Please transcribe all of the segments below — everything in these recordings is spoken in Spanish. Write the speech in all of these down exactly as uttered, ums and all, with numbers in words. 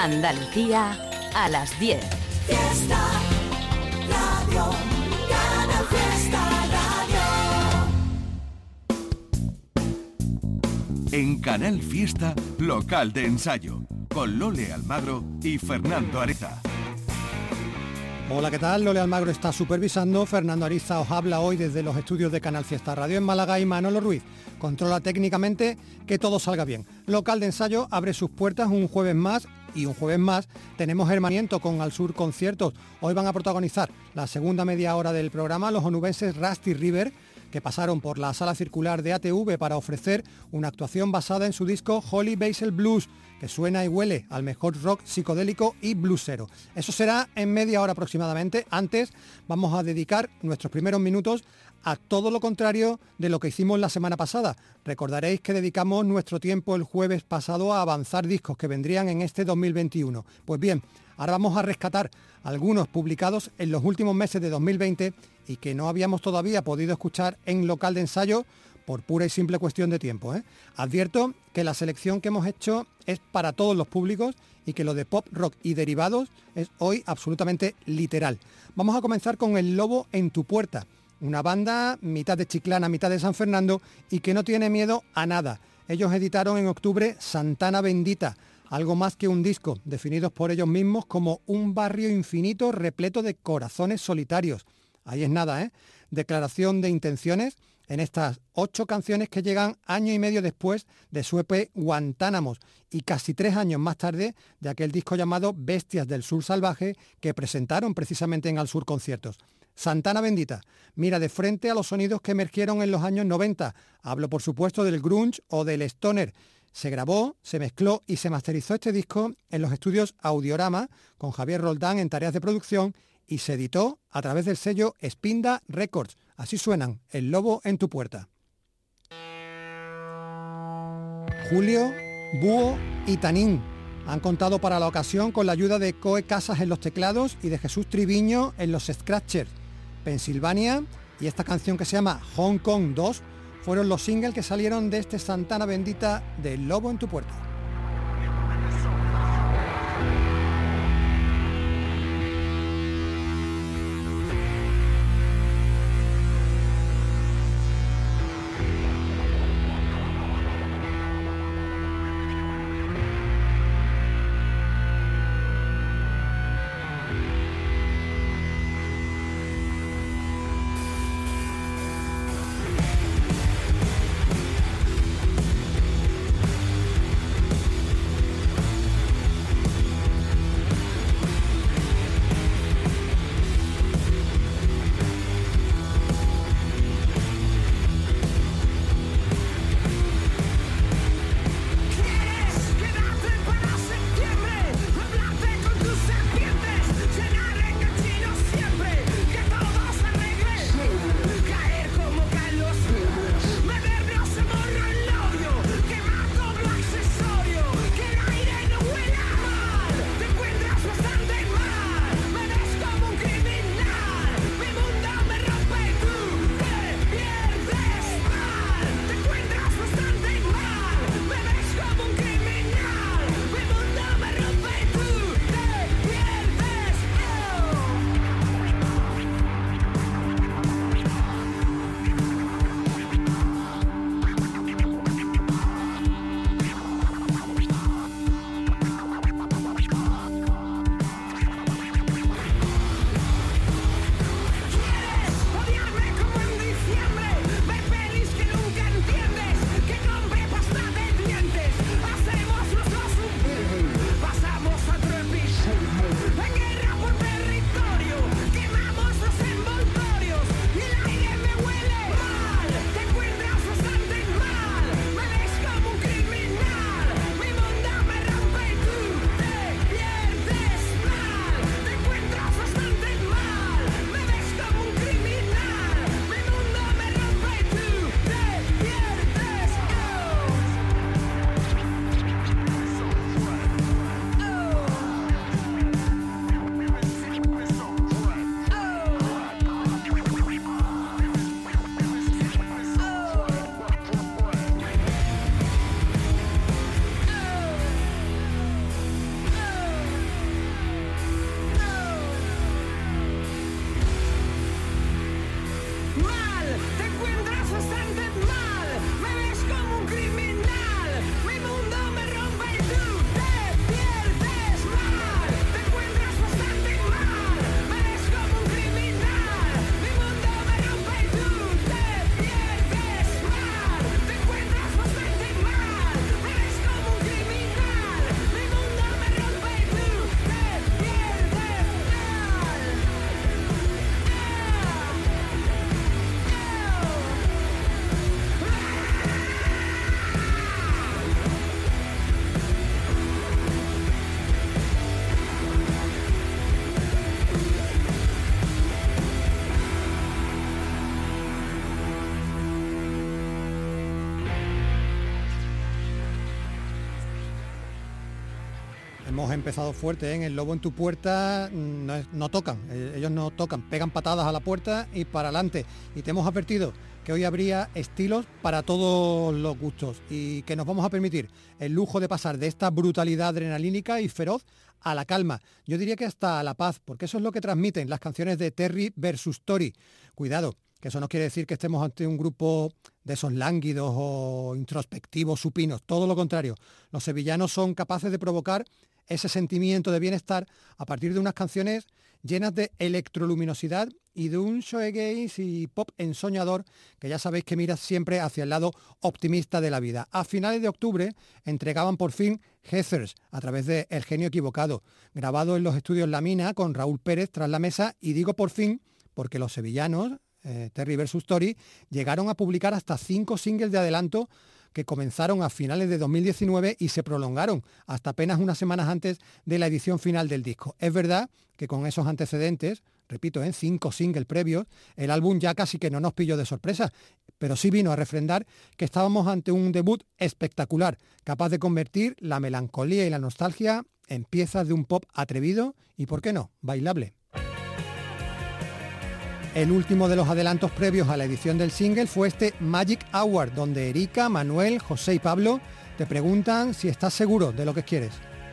Andalucía a las diez. Fiesta Radio, Canal Fiesta Radio. En Canal Fiesta, local de ensayo, con Lole Almagro y Fernando Ariza. Hola, ¿qué tal? Lole Almagro está supervisando, Fernando Ariza os habla hoy desde los estudios de Canal Fiesta Radio en Málaga y Manolo Ruiz controla técnicamente que todo salga bien. Local de ensayo abre sus puertas un jueves más y un jueves más tenemos hermanamiento con Al Sur Conciertos. Hoy van a protagonizar la segunda media hora del programa los onubenses Rusty River, que pasaron por la sala circular de A T V para ofrecer una actuación basada en su disco Holy Basil Blues, que suena y huele al mejor rock psicodélico y bluesero. Eso será en media hora aproximadamente. Antes vamos a dedicar nuestros primeros minutos a todo lo contrario de lo que hicimos la semana pasada. Recordaréis que dedicamos nuestro tiempo el jueves pasado a avanzar discos que vendrían en este dos mil veintiuno. Pues bien, ahora vamos a rescatar algunos publicados en los últimos meses de dos mil veinte y que no habíamos todavía podido escuchar en local de ensayo por pura y simple cuestión de tiempo, ¿eh? Advierto que la selección que hemos hecho es para todos los públicos y que lo de pop, rock y derivados es hoy absolutamente literal. Vamos a comenzar con El Lobo en tu puerta, una banda mitad de Chiclana, mitad de San Fernando y que no tiene miedo a nada. Ellos editaron en octubre Santana Bendita, algo más que un disco, definidos por ellos mismos como un barrio infinito repleto de corazones solitarios. Ahí es nada, ¿eh? Declaración de intenciones en estas ocho canciones que llegan año y medio después de su E P Guantánamos y casi tres años más tarde de aquel disco llamado Bestias del Sur Salvaje que presentaron precisamente en Al Sur Conciertos. Santana Bendita mira de frente a los sonidos que emergieron en los años noventa. Hablo por supuesto del grunge o del stoner. Se grabó, se mezcló y se masterizó este disco en los estudios Audiorama con Javier Roldán en tareas de producción y se editó a través del sello Spinda Records. Así suenan El Lobo en tu puerta. Julio, Búho y Tanín han contado para la ocasión con la ayuda de Coe Casas en los teclados y de Jesús Triviño en los scratchers. Pensilvania y esta canción que se llama Hong Kong dos fueron los singles que salieron de este Santana Bendita de El Lobo en tu puerta. Hemos empezado fuerte, ¿eh? En El Lobo en tu puerta no, es- no tocan, eh, ellos no tocan, pegan patadas a la puerta y para adelante. Y te hemos advertido que hoy habría estilos para todos los gustos y que nos vamos a permitir el lujo de pasar de esta brutalidad adrenalínica y feroz a la calma. Yo diría que hasta a la paz, porque eso es lo que transmiten las canciones de Terry versus Tori. Cuidado, que eso no quiere decir que estemos ante un grupo de esos lánguidos o introspectivos, supinos. Todo lo contrario. Los sevillanos son capaces de provocar ese sentimiento de bienestar a partir de unas canciones llenas de electroluminosidad y de un shoegaze y pop ensoñador que ya sabéis que mira siempre hacia el lado optimista de la vida. A finales de octubre entregaban por fin Heathers a través de El Genio Equivocado, grabado en los estudios La Mina con Raúl Pérez tras la mesa, y digo por fin porque los sevillanos, eh, Terry versus Tori, llegaron a publicar hasta cinco singles de adelanto que comenzaron a finales de dos mil diecinueve y se prolongaron hasta apenas unas semanas antes de la edición final del disco. Es verdad que con esos antecedentes, repito, en cinco singles previos, el álbum ya casi que no nos pilló de sorpresa, pero sí vino a refrendar que estábamos ante un debut espectacular, capaz de convertir la melancolía y la nostalgia en piezas de un pop atrevido y, ¿por qué no?, bailable. El último de los adelantos previos a la edición del single fue este Magic Hour, donde Erika, Manuel, José y Pablo te preguntan si estás seguro de lo que quieres.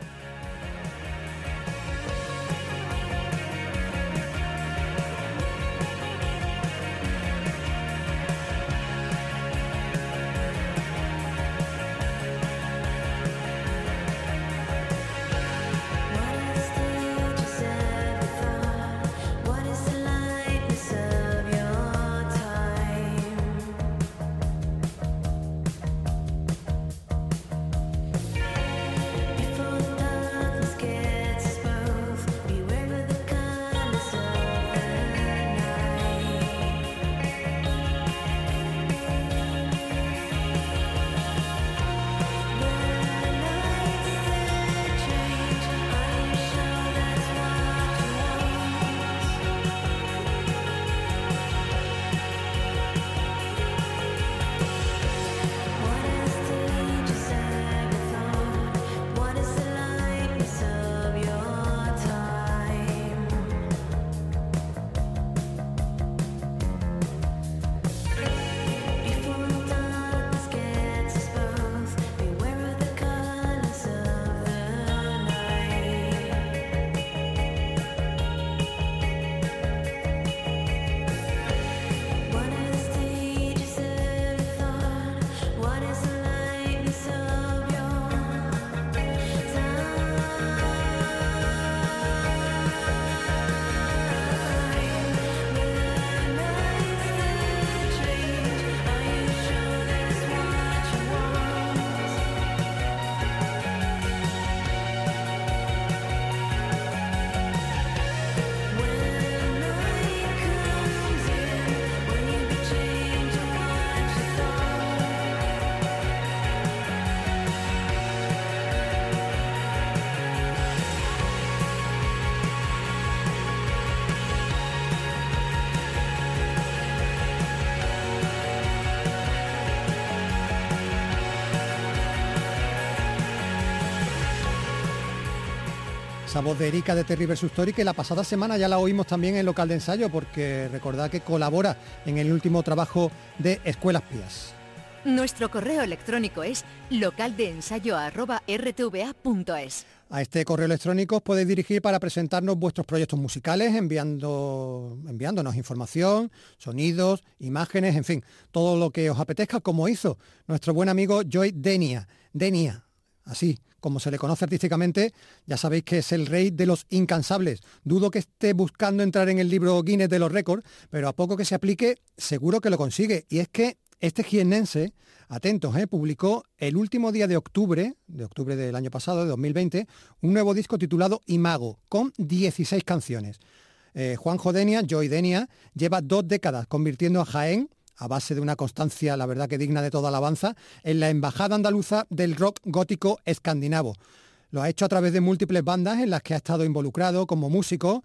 Esa voz de Erika de Terry versus Tori, que la pasada semana ya la oímos también en Local de Ensayo, porque recordad que colabora en el último trabajo de Escuelas Pías. Nuestro correo electrónico es localdeensayo arroba r t v a punto es. A este correo electrónico os podéis dirigir para presentarnos vuestros proyectos musicales, enviando, enviándonos información, sonidos, imágenes, en fin, todo lo que os apetezca, como hizo nuestro buen amigo Joy Denia. Denia, así como se le conoce artísticamente, ya sabéis que es el rey de los incansables. Dudo que esté buscando entrar en el libro Guinness de los récords, pero a poco que se aplique, seguro que lo consigue. Y es que este jiennense, atentos, ¿eh? publicó el último día de octubre, de octubre del año pasado, de dos mil veinte, un nuevo disco titulado Imago, con dieciséis canciones. Eh, Juanjo Denia, Joy Denia, lleva dos décadas convirtiendo a Jaén, a base de una constancia, la verdad que digna de toda alabanza, en la embajada andaluza del rock gótico escandinavo. Lo ha hecho a través de múltiples bandas en las que ha estado involucrado como músico,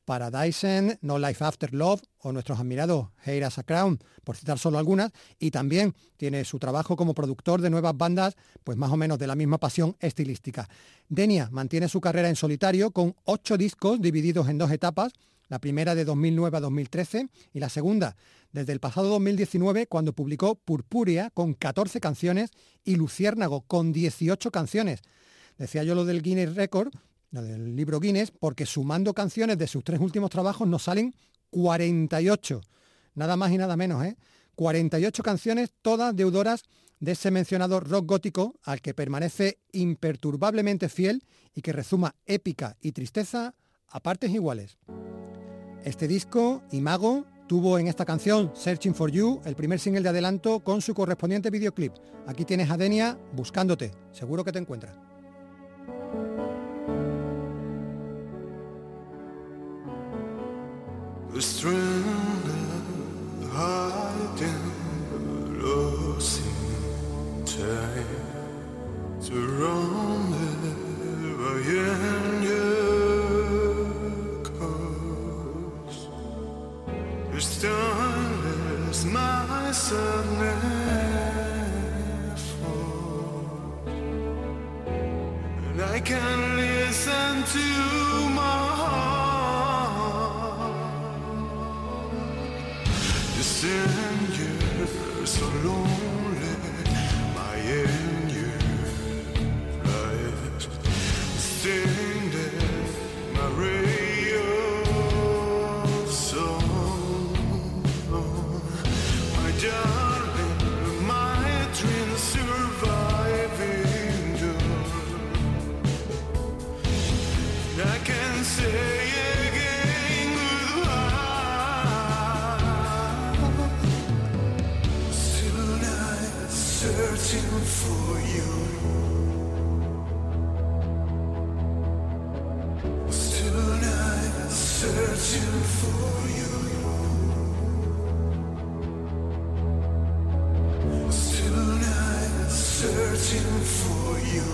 Paradise End, No Life After Love o nuestros admirados Hair as a Crown, por citar solo algunas, y también tiene su trabajo como productor de nuevas bandas, pues más o menos de la misma pasión estilística. Denia mantiene su carrera en solitario con ocho discos divididos en dos etapas, la primera de dos mil nueve a dos mil trece y la segunda desde el pasado dos mil diecinueve, cuando publicó Purpúrea con catorce canciones y Luciérnago con dieciocho canciones. Decía yo lo del Guinness Record, lo del libro Guinness, porque sumando canciones de sus tres últimos trabajos nos salen cuarenta y ocho. Nada más y nada menos, ¿eh? cuarenta y ocho canciones, todas deudoras de ese mencionado rock gótico al que permanece imperturbablemente fiel y que rezuma épica y tristeza a partes iguales. Este disco, Imago, tuvo en esta canción, Searching for You, el primer single de adelanto con su correspondiente videoclip. Aquí tienes a Denia buscándote, seguro que te encuentras. The strength hiding lost in time surrounded by your cause. This time is my sadness for, and I can listen to my heart. And you're so lonely, my angel lies stained in my ray of song. My darling, my dream surviving girl. I can say searching for you, tonight searching for you, tonight searching for you.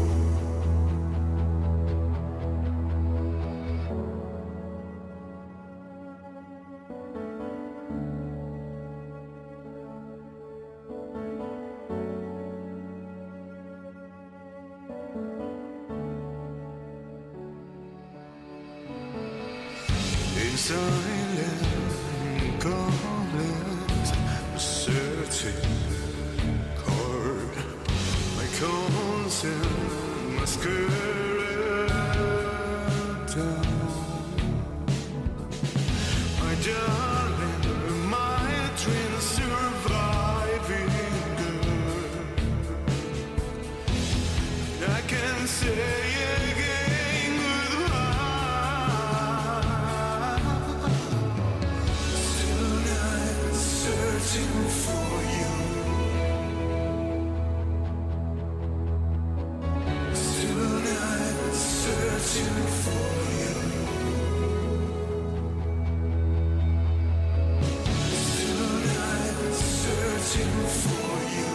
Silent goblins searching hard, my conscience, my skeleton, my darling, my dream surviving girl. I can say searching for you, tonight searching for you, tonight searching for you.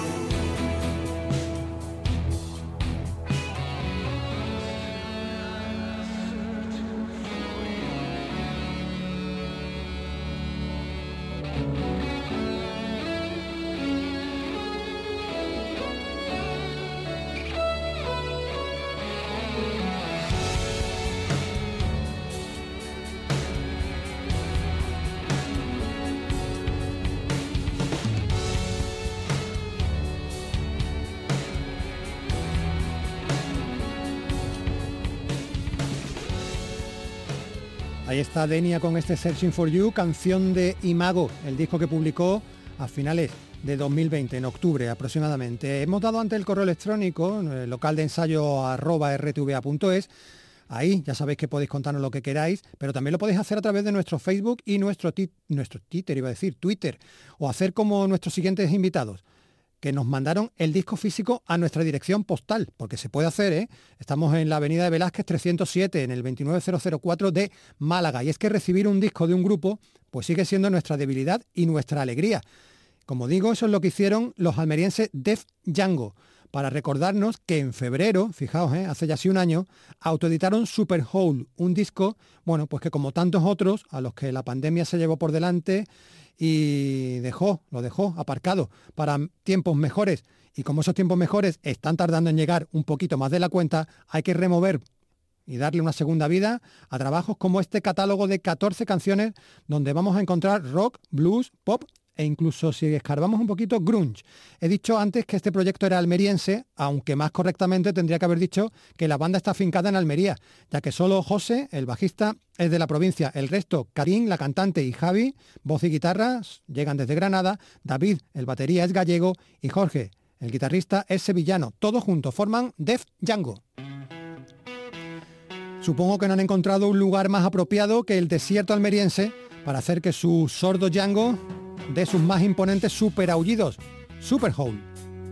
Ahí está Denia con este Searching for You, canción de Imago, el disco que publicó a finales de dos mil veinte, en octubre aproximadamente. Hemos dado antes el correo electrónico, el local de ensayo arroba r t v a punto es. Ahí ya sabéis que podéis contarnos lo que queráis, pero también lo podéis hacer a través de nuestro Facebook y nuestro, nuestro Twitter, iba a decir, Twitter, o hacer como nuestros siguientes invitados, que nos mandaron el disco físico a nuestra dirección postal, porque se puede hacer, ¿eh? Estamos en la avenida de Velázquez trescientos siete, en el veintinueve mil cuatro de Málaga, y es que recibir un disco de un grupo pues sigue siendo nuestra debilidad y nuestra alegría. Como digo, eso es lo que hicieron los almerienses Def Django. para recordarnos que en febrero, fijaos, ¿eh? hace ya así un año, autoeditaron Super Hole, un disco, bueno, pues que como tantos otros, a los que la pandemia se llevó por delante y dejó, lo dejó aparcado para tiempos mejores. Y como esos tiempos mejores están tardando en llegar un poquito más de la cuenta, hay que remover y darle una segunda vida a trabajos como este catálogo de catorce canciones donde vamos a encontrar rock, blues, pop e incluso, si escarbamos un poquito, grunge. He dicho antes que este proyecto era almeriense, aunque más correctamente tendría que haber dicho que la banda está afincada en Almería, ya que solo José, el bajista, es de la provincia. El resto, Karim, la cantante, y Javi, voz y guitarras, llegan desde Granada. David, el batería, es gallego, y Jorge, el guitarrista, es sevillano. Todos juntos forman Def Django. Supongo que no han encontrado un lugar más apropiado que el desierto almeriense para hacer que su sordo Django dé sus más imponentes super aullidos. Super Hole.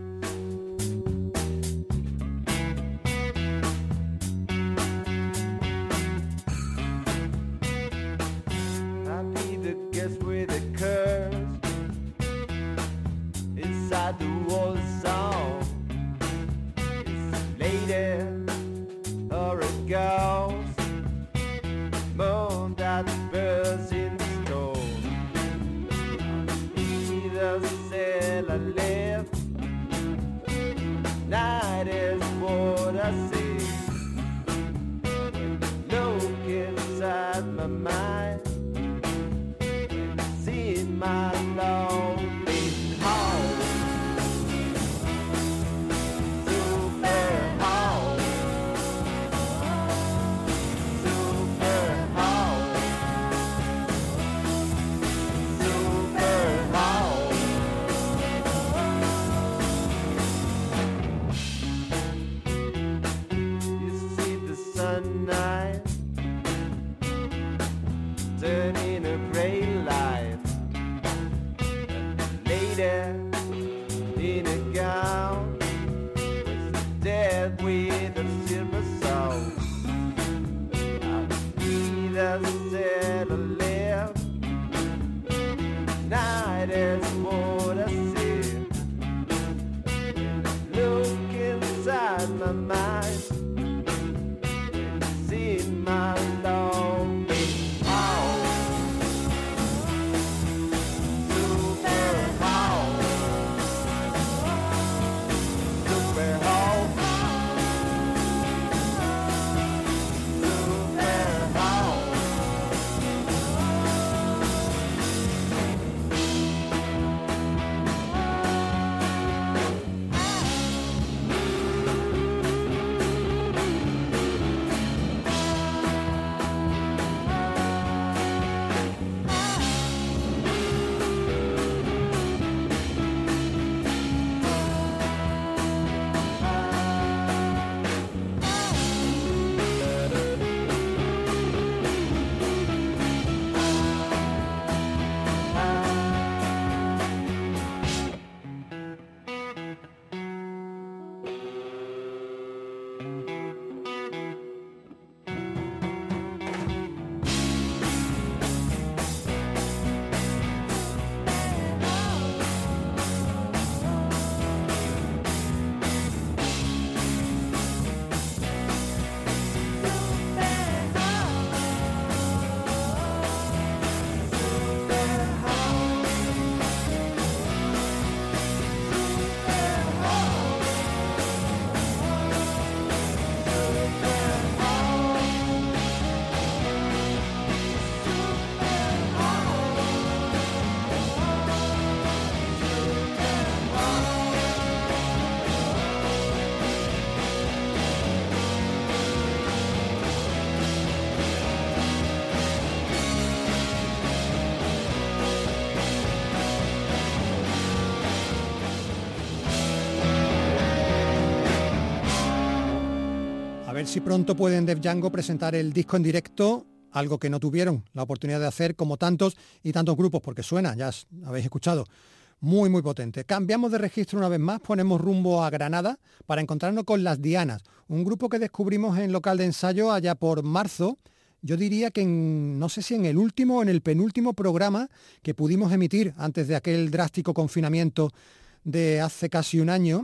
ver si pronto pueden Def Django presentar el disco en directo, algo que no tuvieron la oportunidad de hacer como tantos y tantos grupos, porque suena, ya habéis escuchado, muy muy potente. Cambiamos de registro una vez más, ponemos rumbo a Granada para encontrarnos con Las Dianas, un grupo que descubrimos en local de ensayo allá por marzo. Yo diría que en, no sé si en el último o en el penúltimo programa que pudimos emitir antes de aquel drástico confinamiento de hace casi un año.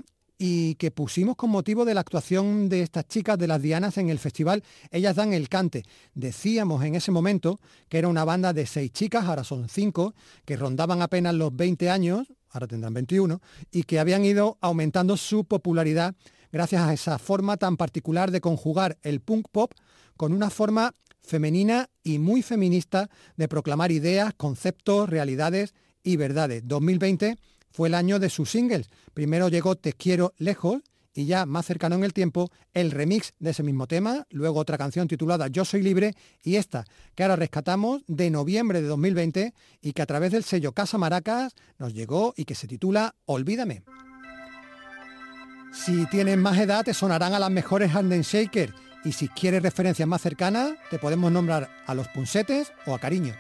y que pusimos con motivo de la actuación de estas chicas de las Dianas en el festival Ellas Dan el Cante. Decíamos en ese momento que era una banda de seis chicas, ahora son cinco, que rondaban apenas los veinte años, ahora tendrán veintiuno, y que habían ido aumentando su popularidad gracias a esa forma tan particular de conjugar el punk pop con una forma femenina y muy feminista de proclamar ideas, conceptos, realidades y verdades. dos mil veinte fue el año de sus singles. Primero llegó Te quiero lejos y ya más cercano en el tiempo el remix de ese mismo tema, luego otra canción titulada Yo soy libre y esta que ahora rescatamos de noviembre de dos mil veinte y que a través del sello Casa Maracas nos llegó y que se titula Olvídame. Si tienes más edad te sonarán a las mejores Harlem Shakers y si quieres referencias más cercanas te podemos nombrar a Los Punsetes o a Cariño.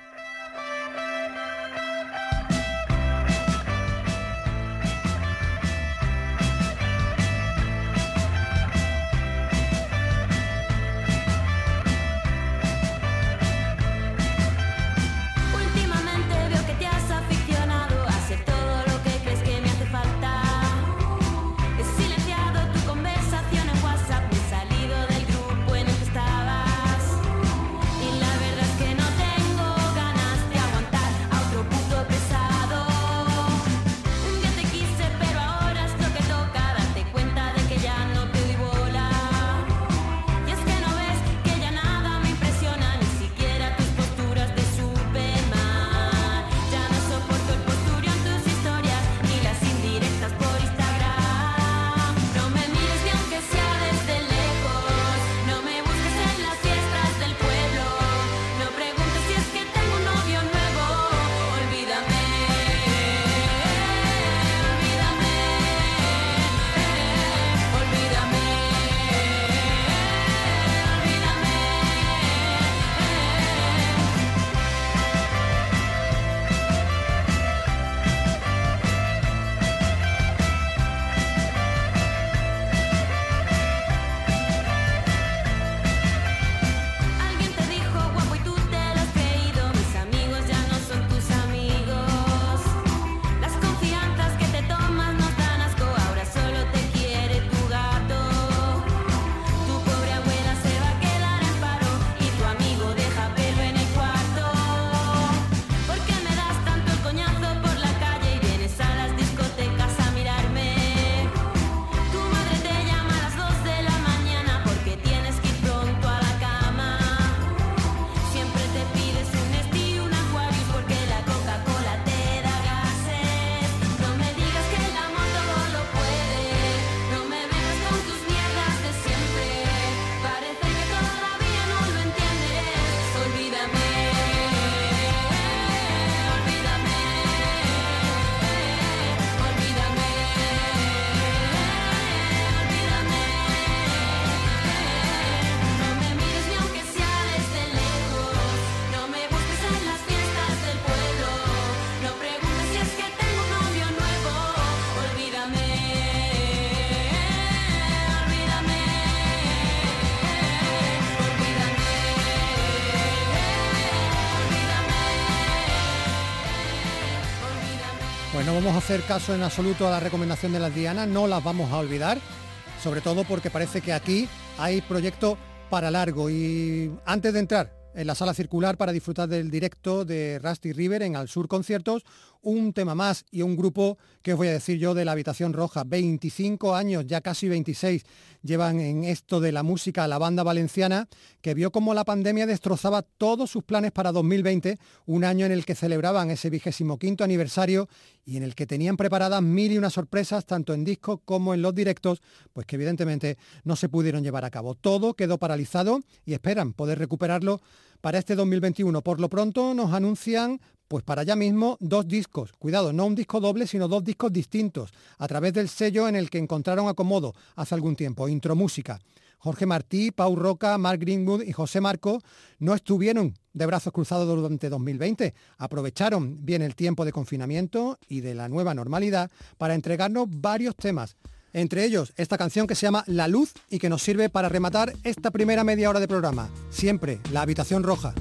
Pues no vamos a hacer caso en absoluto a la recomendación de las Dianas, no las vamos a olvidar, sobre todo porque parece que aquí hay proyecto para largo. Y antes de entrar en la sala circular para disfrutar del directo de Rusty River en Al Sur Conciertos, un tema más y un grupo que os voy a decir yo de la Habitación Roja. veinticinco años, ya casi veintiséis, llevan en esto de la música la banda valenciana, que vio como la pandemia destrozaba todos sus planes para dos mil veinte, un año en el que celebraban ese vigésimo quinto aniversario y en el que tenían preparadas mil y una sorpresas, tanto en discos como en los directos, pues que evidentemente no se pudieron llevar a cabo. Todo quedó paralizado y esperan poder recuperarlo para este dos mil veintiuno. Por lo pronto nos anuncian, pues para allá mismo, dos discos. Cuidado, no un disco doble, sino dos discos distintos, a través del sello en el que encontraron acomodo hace algún tiempo, Intromúsica. Jorge Martí, Pau Roca, Mark Greenwood y José Marco no estuvieron de brazos cruzados durante dos mil veinte. Aprovecharon bien el tiempo de confinamiento y de la nueva normalidad para entregarnos varios temas. Entre ellos, esta canción que se llama La Luz y que nos sirve para rematar esta primera media hora de programa. Siempre, La Habitación Roja.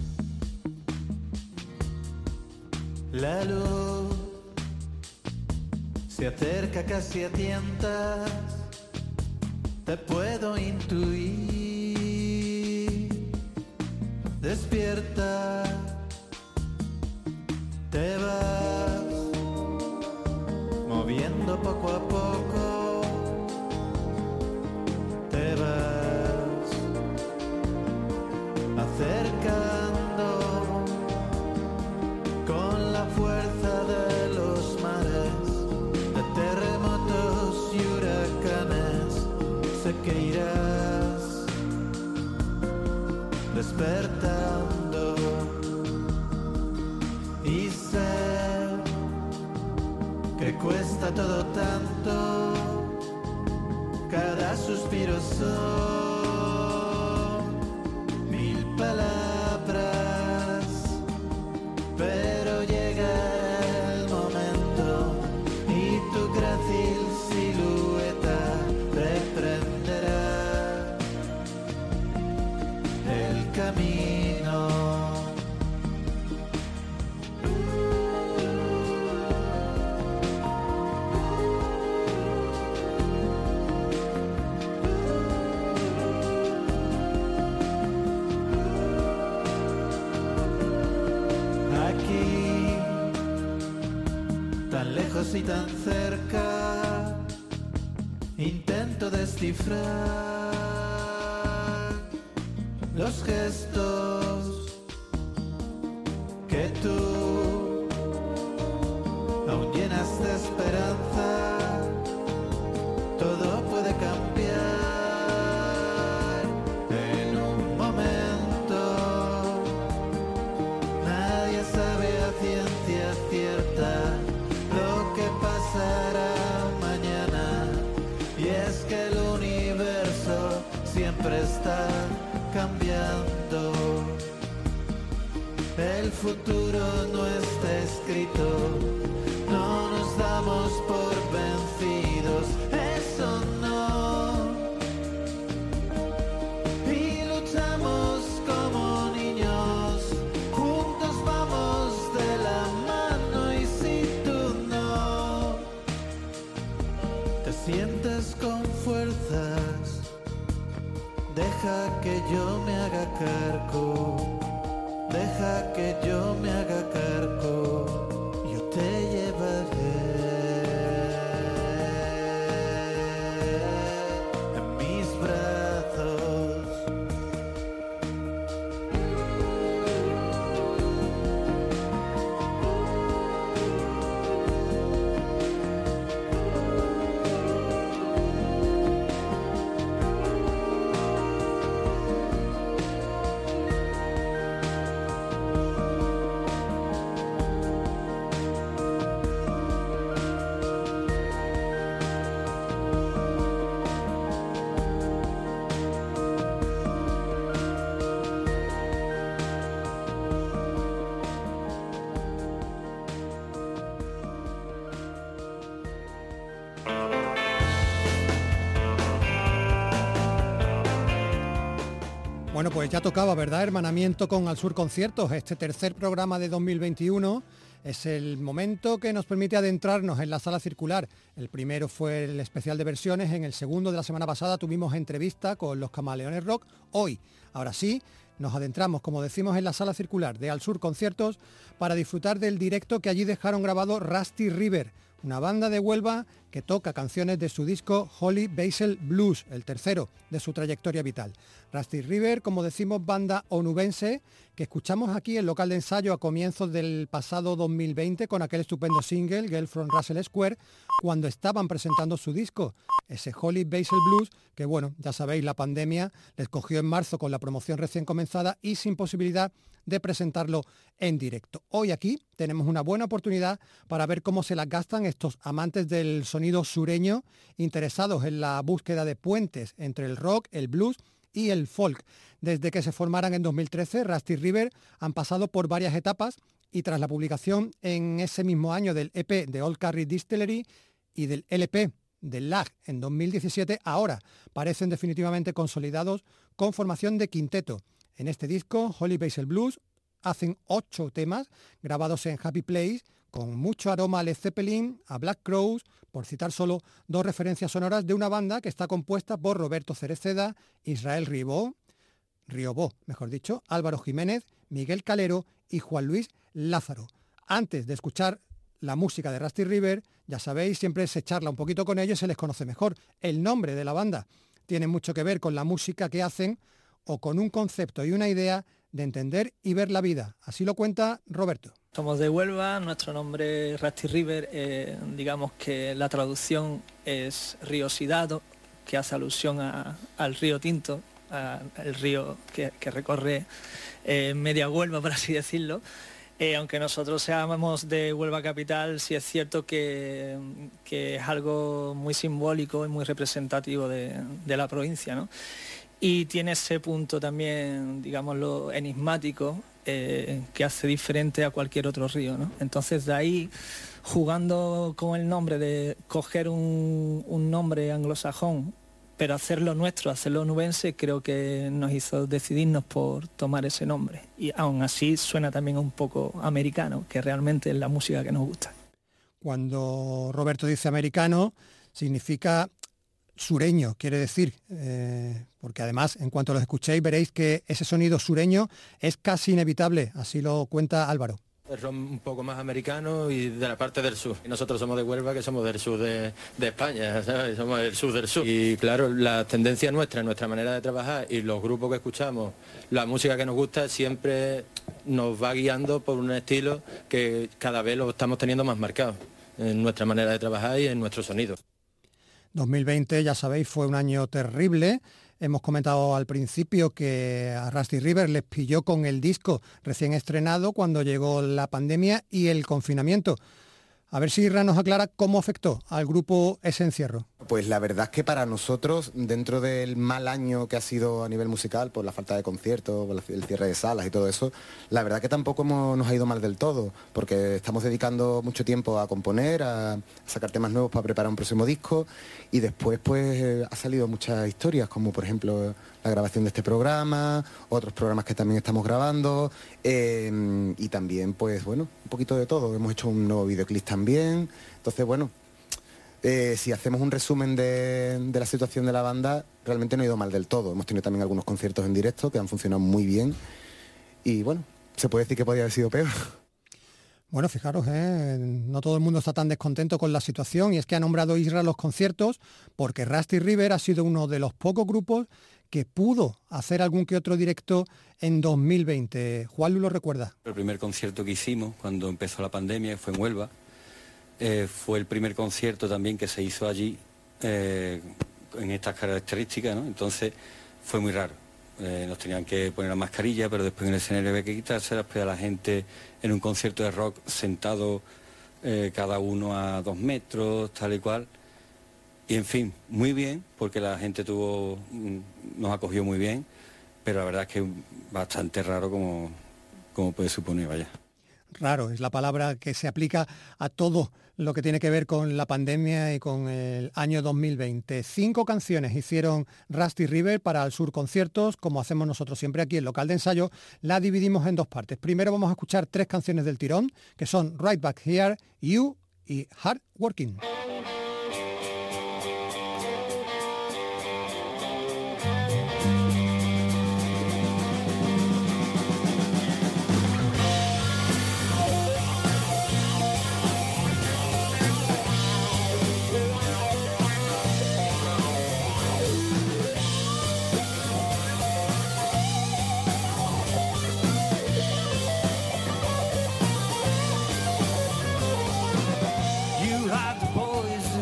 La luz se acerca casi a tientas te puedo intuir. Despierta, te vas moviendo poco a poco, te vas acercando con la fuerza de los mares, de terremotos y huracanes. Sé que irás despertando y sé que cuesta todo tanto, cada suspiro son mil palabras, pero llega el momento y tu grácil silueta reprenderá el camino. Aquí, tan lejos y tan cerca, intento descifrar los gestos que tú aún llenas de esperanza. Todo puede cambiar en un momento. Nadie sabe a ciencia cierta lo que pasará mañana, y es que el universo siempre está cambiando. El futuro no está escrito, no nos damos por vencidos, eso no. Y luchamos como niños, juntos vamos de la mano, y si tú no te sientes con fuerzas, deja que yo me haga cargo, deja que yo me haga cargo, yo te llevaré en mis brazos. Bueno, pues ya tocaba, ¿verdad? Hermanamiento con Al Sur Conciertos. Este tercer programa de dos mil veintiuno es el momento que nos permite adentrarnos en la sala circular. El primero fue el especial de versiones, en el segundo de la semana pasada tuvimos entrevista con los Camaleones Rock. Hoy, ahora sí, nos adentramos, como decimos, en la sala circular de Al Sur Conciertos para disfrutar del directo que allí dejaron grabado Rusty River, una banda de Huelva que toca canciones de su disco Holy Basil Blues, el tercero de su trayectoria vital. Rusty River, como decimos, banda onubense que escuchamos aquí en local de ensayo a comienzos del pasado dos mil veinte con aquel estupendo single, Girl from Russell Square, cuando estaban presentando su disco, ese Holy Basil Blues, que bueno, ya sabéis, la pandemia les cogió en marzo con la promoción recién comenzada y sin posibilidad de presentarlo en directo. Hoy aquí tenemos una buena oportunidad para ver cómo se las gastan estos amantes del sonido sureño, interesados en la búsqueda de puentes entre el rock, el blues y el folk. Desde que se formaran en dos mil trece, Rusty River han pasado por varias etapas y tras la publicación en ese mismo año del E P de Old Carry Distillery y del L P del Lag en dos mil diecisiete, ahora parecen definitivamente consolidados con formación de quinteto. En este disco, Holy Basil Blues, hacen ocho temas grabados en Happy Place, con mucho aroma a Led Zeppelin, a Black Crowes, por citar solo dos referencias sonoras de una banda que está compuesta por Roberto Cereceda, Israel Ribó, Riobó, mejor dicho, Álvaro Jiménez, Miguel Calero y Juan Luis Lázaro. Antes de escuchar la música de Rusty River, ya sabéis, siempre se charla un poquito con ellos y se les conoce mejor. El nombre de la banda tiene mucho que ver con la música que hacen o con un concepto y una idea de entender y ver la vida. Así lo cuenta Roberto. Somos de Huelva, nuestro nombre es Rusty River, eh, digamos que la traducción es riosidad, que hace alusión a, al río Tinto, a, el río que, que recorre eh, media Huelva, por así decirlo. Eh, aunque nosotros seamos de Huelva capital, sí es cierto que, que es algo muy simbólico y muy representativo de, de la provincia, ¿no? Y tiene ese punto también, digámoslo, enigmático, eh, que hace diferente a cualquier otro río, ¿no? Entonces de ahí, jugando con el nombre de coger un, un nombre anglosajón, pero hacerlo nuestro, hacerlo nubense, creo que nos hizo decidirnos por tomar ese nombre. Y aún así suena también un poco americano, que realmente es la música que nos gusta. Cuando Roberto dice americano, significa sureño, quiere decir, eh, porque además, en cuanto los escuchéis, veréis que ese sonido sureño es casi inevitable, así lo cuenta Álvaro. El rock un poco más americano y de la parte del sur. Y nosotros somos de Huelva, que somos del sur de, de España, ¿sabes? Somos del sur del sur. Y claro, la tendencia nuestra, nuestra manera de trabajar y los grupos que escuchamos, la música que nos gusta, siempre nos va guiando por un estilo que cada vez lo estamos teniendo más marcado en nuestra manera de trabajar y en nuestro sonido. dos mil veinte, ya sabéis, fue un año terrible. Hemos comentado al principio que a Rusty River les pilló con el disco recién estrenado cuando llegó la pandemia y el confinamiento. A ver si Irra nos aclara cómo afectó al grupo ese encierro. Pues la verdad es que para nosotros, dentro del mal año que ha sido a nivel musical, por la falta de conciertos, por el cierre de salas y todo eso, la verdad que tampoco hemos, nos ha ido mal del todo, porque estamos dedicando mucho tiempo a componer, a sacar temas nuevos para preparar un próximo disco, y después pues eh, ha salido muchas historias, como por ejemplo la grabación de este programa, otros programas que también estamos grabando, eh, y también pues bueno, un poquito de todo. Hemos hecho un nuevo videoclip también, entonces bueno, eh, si hacemos un resumen de, de la situación de la banda, realmente no ha ido mal del todo. Hemos tenido también algunos conciertos en directo que han funcionado muy bien y bueno, se puede decir que podría haber sido peor. Bueno, fijaros, ¿eh? No todo el mundo está tan descontento con la situación, y es que ha nombrado Isra los conciertos porque Rusty River ha sido uno de los pocos grupos que pudo hacer algún que otro directo en dos mil veinte. Juan Lu lo recuerda. El primer concierto que hicimos cuando empezó la pandemia fue en Huelva. Eh, fue el primer concierto también que se hizo allí eh, en estas características, ¿no? Entonces fue muy raro. Eh, nos tenían que poner la mascarilla, pero después en el escenario había que quitárselas, pero a la gente en un concierto de rock sentado eh, cada uno a dos metros, tal y cual. Y en fin, muy bien, porque la gente tuvo, nos acogió muy bien, pero la verdad es que es bastante raro como, como puede suponer, vaya. Raro, es la palabra que se aplica a todo lo que tiene que ver con la pandemia y con el año dos mil veinte. Cinco canciones hicieron Rusty River para el Sur Conciertos, como hacemos nosotros siempre aquí en Local de Ensayo. La dividimos en dos partes. Primero vamos a escuchar tres canciones del tirón, que son Right Back Here, You y Hard Working. You had the poison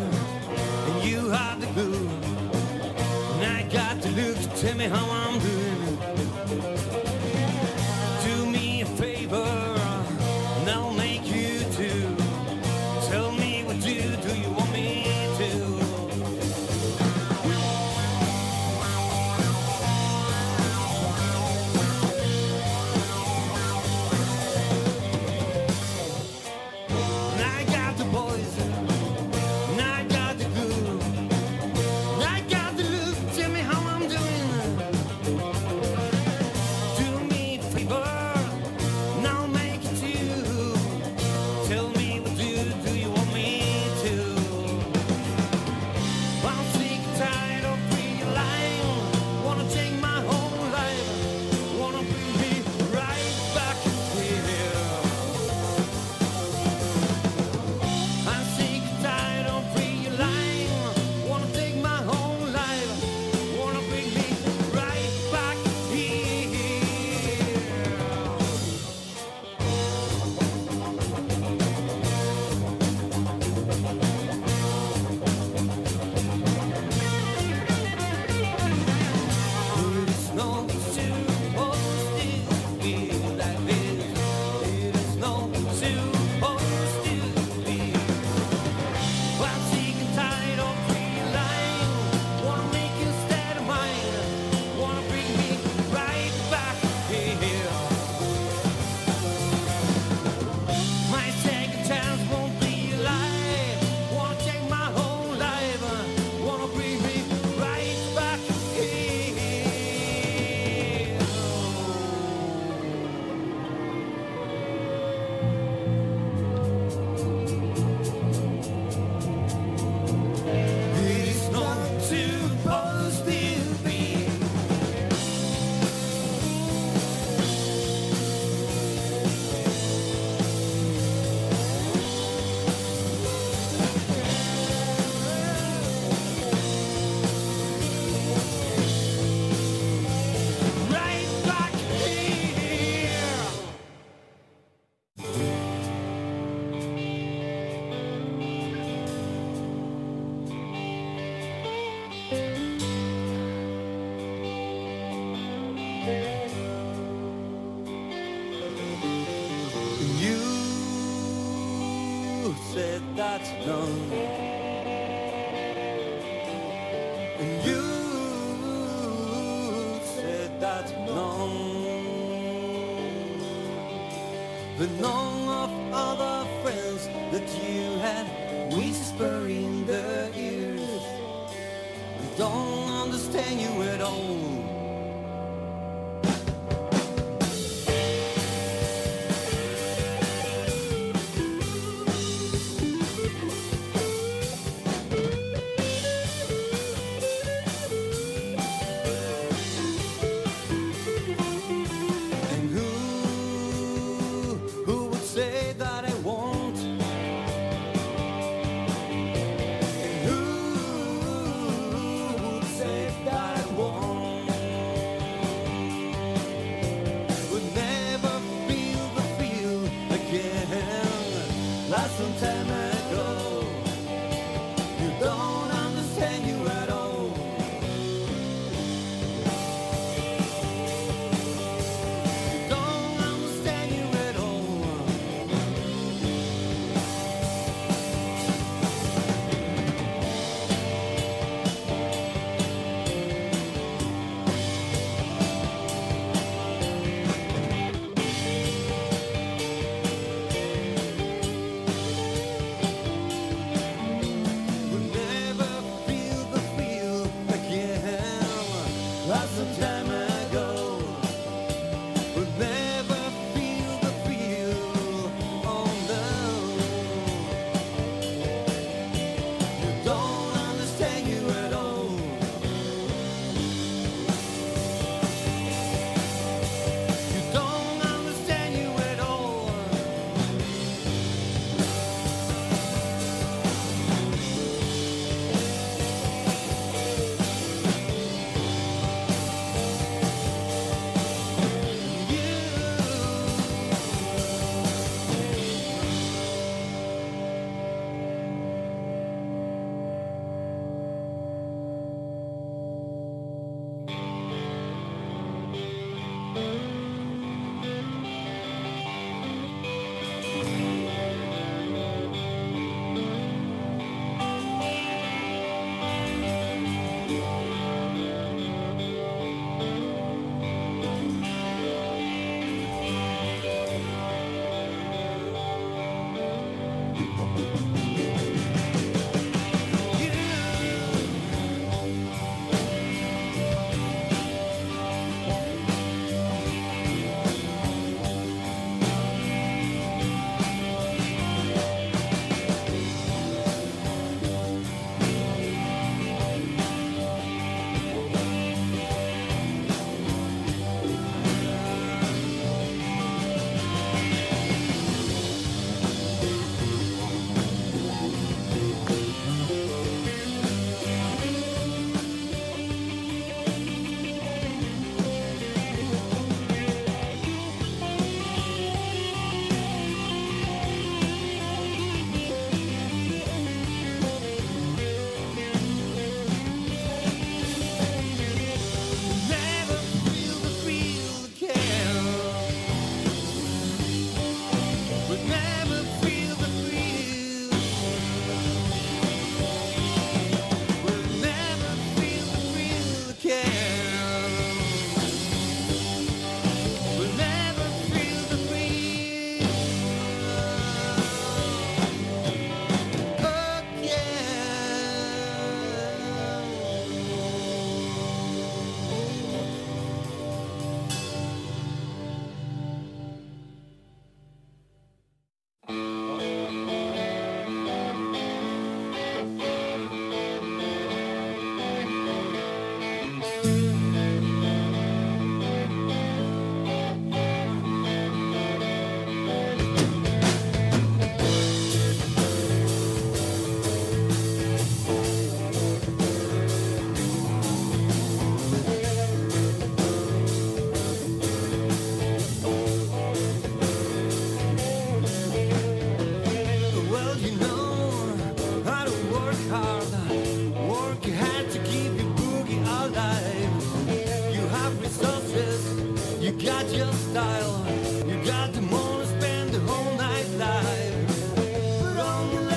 said that's done. And you said that's none. But none of other friends that you had whisper in their ears. I don't understand you at all. style. You got the money, spend the whole night live. Put on your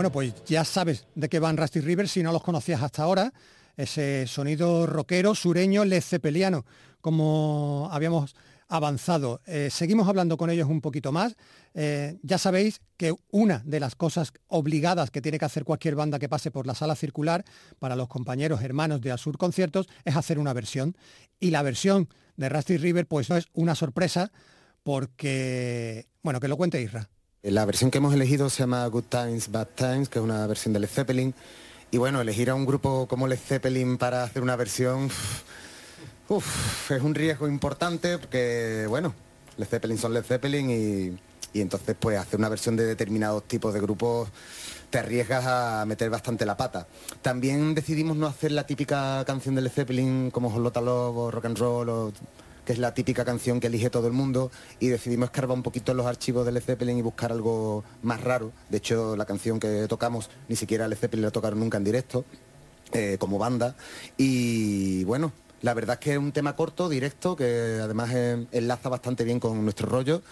Bueno, pues ya sabes de qué van Rusty River si no los conocías hasta ahora. Ese sonido rockero, sureño, led zeppeliano, como habíamos avanzado. Eh, seguimos hablando con ellos un poquito más. Eh, ya sabéis que una de las cosas obligadas que tiene que hacer cualquier banda que pase por la sala circular para los compañeros hermanos de Asur Conciertos es hacer una versión. Y la versión de Rusty River pues no es una sorpresa porque, bueno, que lo cuente Isra. La versión que hemos elegido se llama Good Times, Bad Times, que es una versión de Led Zeppelin. Y bueno, elegir a un grupo como Led Zeppelin para hacer una versión... Uf, es un riesgo importante porque, bueno, Led Zeppelin son Led Zeppelin y, y entonces pues hacer una versión de determinados tipos de grupos te arriesgas a meter bastante la pata. También decidimos no hacer la típica canción de Led Zeppelin como Whole Lotta Love o Rock and Roll, o, que es la típica canción que elige todo el mundo, y decidimos escarbar un poquito en los archivos de Led Zeppelin y buscar algo más raro. De hecho, la canción que tocamos ni siquiera Led Zeppelin la tocaron nunca en directo, eh, como banda, y bueno... La verdad es que es un tema corto, directo, que además eh, enlaza bastante bien con nuestro rollo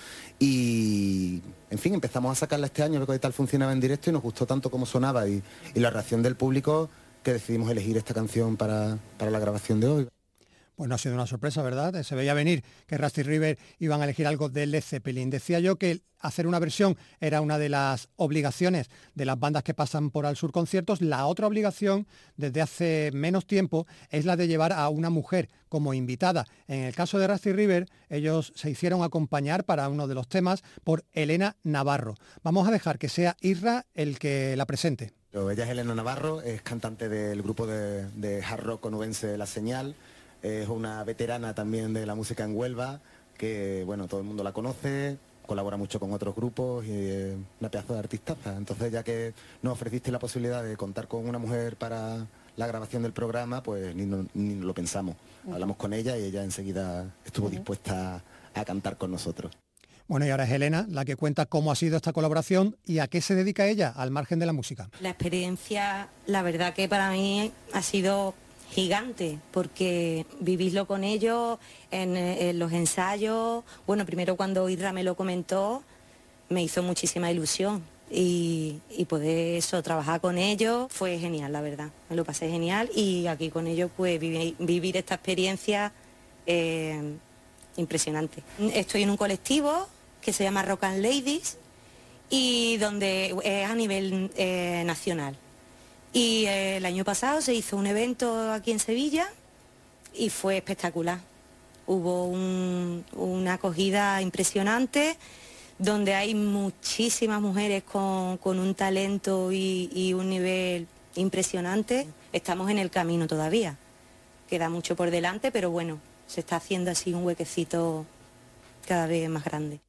y, en fin, empezamos a sacarla este año, ver qué tal funcionaba en directo y nos gustó tanto como sonaba y, y la reacción del público que decidimos elegir esta canción para, para la grabación de hoy. Pues no ha sido una sorpresa, ¿verdad? Se veía venir que Rusty River iban a elegir algo de Led Zeppelin. Decía yo que hacer una versión era una de las obligaciones de las bandas que pasan por Al Sur Conciertos. La otra obligación, desde hace menos tiempo, es la de llevar a una mujer como invitada. En el caso de Rusty River, ellos se hicieron acompañar para uno de los temas por Elena Navarro. Vamos a dejar que sea Isra el que la presente. Ella es Elena Navarro, es cantante del grupo de, de hard rock onubense La Señal. Es una veterana también de la música en Huelva, que bueno, todo el mundo la conoce, colabora mucho con otros grupos y es una pedazo de artistaza. Entonces, ya que nos ofreciste la posibilidad de contar con una mujer para la grabación del programa, pues ni, no, ni lo pensamos. Uh-huh. Hablamos con ella y ella enseguida estuvo uh-huh. dispuesta a, a cantar con nosotros. Bueno, y ahora es Elena la que cuenta cómo ha sido esta colaboración y a qué se dedica ella, al margen de la música. La experiencia, la verdad que para mí ha sido gigante, porque vivirlo con ellos en, en los ensayos, bueno, primero cuando Isra me lo comentó, me hizo muchísima ilusión y, y poder eso, trabajar con ellos fue genial, la verdad, me lo pasé genial y aquí con ellos pues vivir, vivir esta experiencia eh, impresionante. Estoy en un colectivo que se llama Rock and Ladies y donde es a nivel eh, nacional. Y eh, el año pasado se hizo un evento aquí en Sevilla y fue espectacular. Hubo un, una acogida impresionante donde hay muchísimas mujeres con, con un talento y, y un nivel impresionante. Estamos en el camino todavía, queda mucho por delante, pero bueno, se está haciendo así un huequecito cada vez más grande.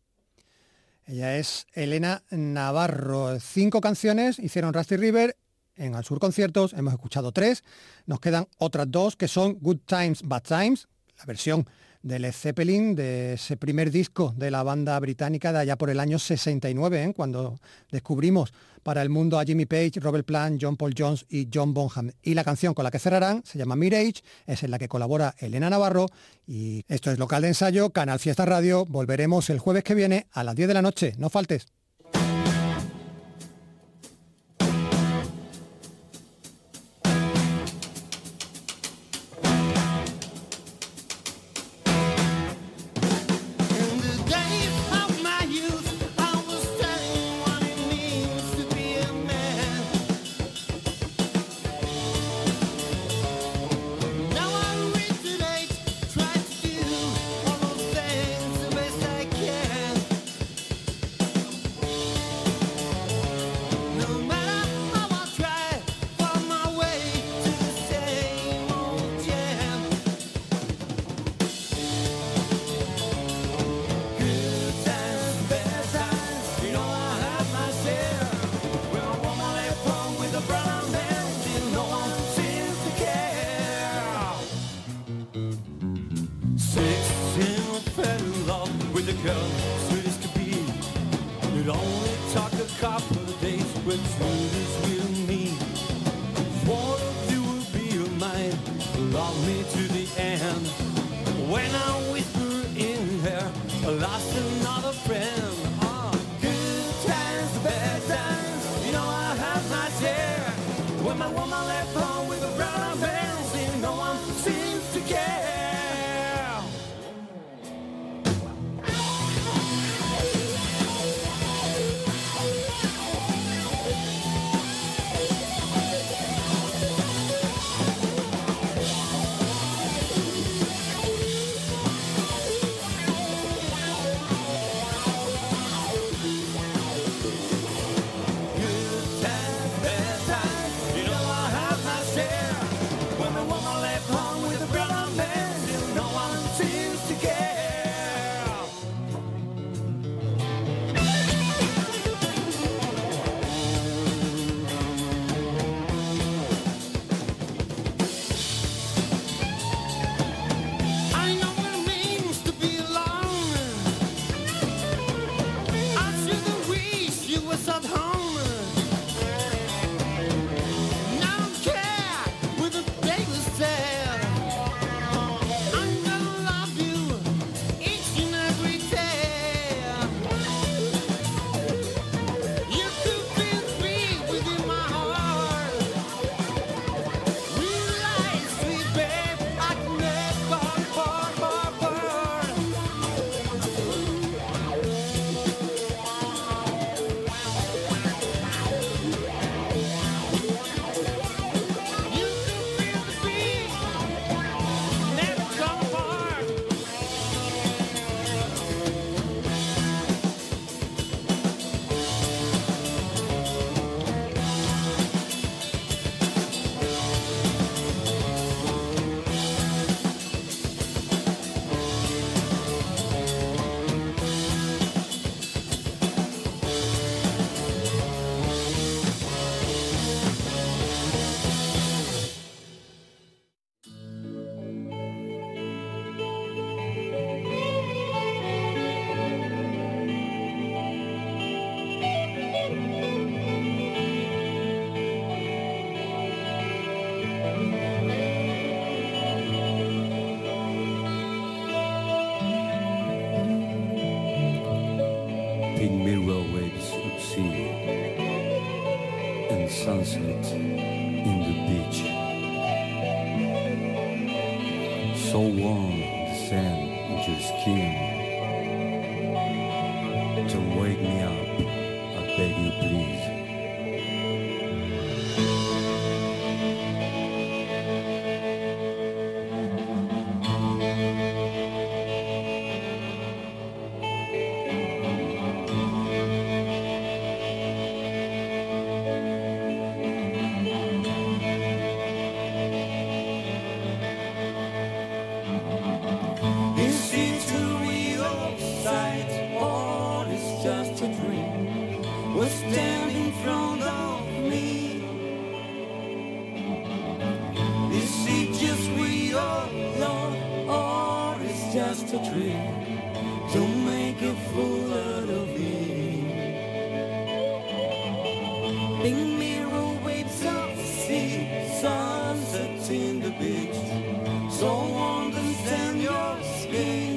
Ella es Elena Navarro. Cinco canciones hicieron Rusty River. En Al Sur Conciertos hemos escuchado tres, nos quedan otras dos que son Good Times, Bad Times, la versión de Led Zeppelin, de ese primer disco de la banda británica de allá por el año sesenta y nueve, ¿eh? Cuando descubrimos para el mundo a Jimmy Page, Robert Plant, John Paul Jones y John Bonham. Y la canción con la que cerrarán se llama Mirage, es en la que colabora Elena Navarro y esto es Local de Ensayo, Canal Fiesta Radio. Volveremos el jueves que viene a las diez de la noche, no faltes. Another friend, oh, good times, bad times, you know I have my care. Pink mirror waves of sea and sunset in the beach. So warm the sand in your skin. Don't wake me up, I beg you please. Is it a real sight or is just a dream? Was standing in front of me. Is it just real love or is just a dream? Don't make a fool out of me. Pink mirror waves of the sea, sunsets in the beach. So understand your skin.